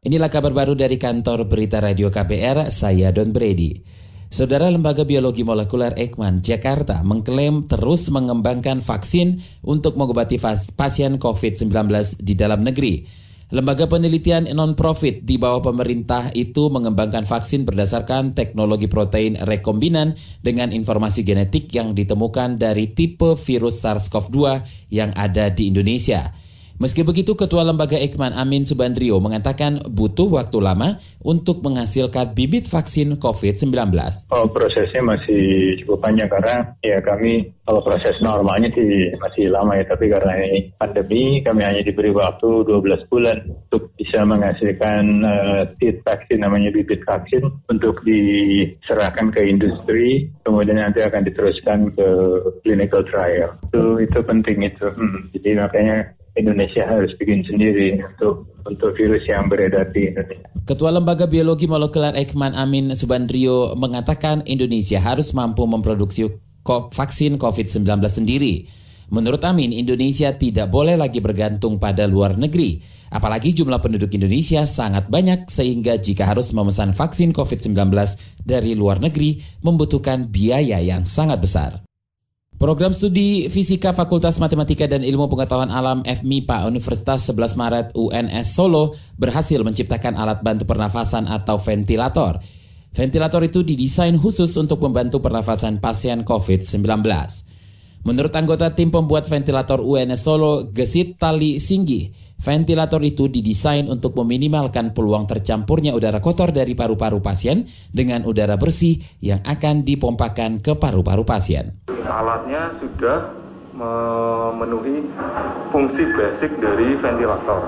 Inilah kabar baru dari kantor berita Radio KBR, saya Don Brady. Saudara, Lembaga Biologi Molekuler Eijkman, Jakarta mengklaim terus mengembangkan vaksin untuk mengobati pasien COVID-19 di dalam negeri. Lembaga penelitian non-profit di bawah pemerintah itu mengembangkan vaksin berdasarkan teknologi protein rekombinan dengan informasi genetik yang ditemukan dari tipe virus SARS-CoV-2 yang ada di Indonesia. Meski begitu, Ketua Lembaga Eijkman Amin Subandrio mengatakan butuh waktu lama untuk menghasilkan bibit vaksin COVID-19. Prosesnya masih cukup panjang karena kami kalau proses normalnya masih lama tapi karena ini pandemi kami hanya diberi waktu 12 bulan untuk bisa menghasilkan seed vaksin, namanya bibit vaksin, untuk diserahkan ke industri, kemudian nanti akan diteruskan ke clinical trial. Itu penting itu. Jadi makanya Indonesia harus bikin sendiri untuk virus yang beredar di Indonesia. Ketua Lembaga Biologi Molekuler Eijkman Amin Subandrio mengatakan Indonesia harus mampu memproduksi vaksin COVID-19 sendiri. Menurut Amin, Indonesia tidak boleh lagi bergantung pada luar negeri. Apalagi jumlah penduduk Indonesia sangat banyak sehingga jika harus memesan vaksin COVID-19 dari luar negeri membutuhkan biaya yang sangat besar. Program studi Fisika Fakultas Matematika dan Ilmu Pengetahuan Alam FMIPA Universitas 11 Maret UNS Solo berhasil menciptakan alat bantu pernafasan atau ventilator. Ventilator itu didesain khusus untuk membantu pernafasan pasien COVID-19. Menurut anggota tim pembuat ventilator UNS Solo, Gesit Tali Singgi, ventilator itu didesain untuk meminimalkan peluang tercampurnya udara kotor dari paru-paru pasien dengan udara bersih yang akan dipompakan ke paru-paru pasien. Alatnya sudah memenuhi fungsi basic dari ventilator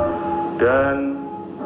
dan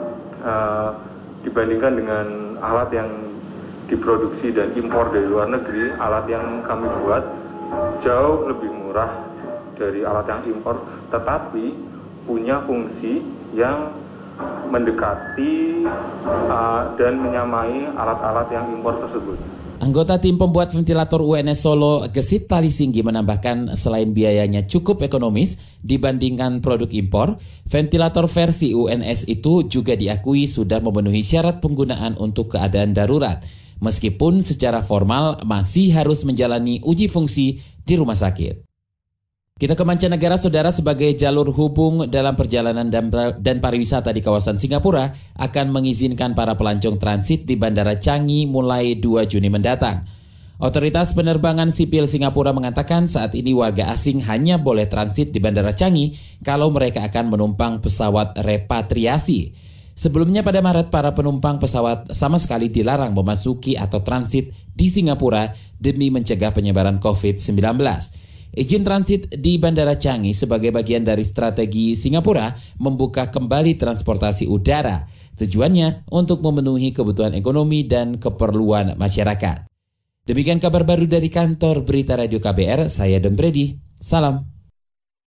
dibandingkan dengan alat yang diproduksi dan impor dari luar negeri, alat yang kami buat jauh lebih murah dari alat yang impor, tetapi punya fungsi yang mendekati dan menyamai alat-alat yang impor tersebut. Anggota tim pembuat ventilator UNS Solo, Gesit Tali Singgi, menambahkan selain biayanya cukup ekonomis dibandingkan produk impor, ventilator versi UNS itu juga diakui sudah memenuhi syarat penggunaan untuk keadaan darurat, meskipun secara formal masih harus menjalani uji fungsi di rumah sakit. Kita ke mancanegara, saudara. Sebagai jalur hubung dalam perjalanan dan pariwisata di kawasan Singapura akan mengizinkan para pelancong transit di Bandara Changi mulai 2 Juni mendatang. Otoritas Penerbangan Sipil Singapura mengatakan saat ini warga asing hanya boleh transit di Bandara Changi kalau mereka akan menumpang pesawat repatriasi. Sebelumnya pada Maret, para penumpang pesawat sama sekali dilarang memasuki atau transit di Singapura demi mencegah penyebaran COVID-19. Izin transit di Bandara Changi sebagai bagian dari strategi Singapura membuka kembali transportasi udara. Tujuannya untuk memenuhi kebutuhan ekonomi dan keperluan masyarakat. Demikian kabar baru dari kantor berita Radio KBR, saya Don Brady. Salam.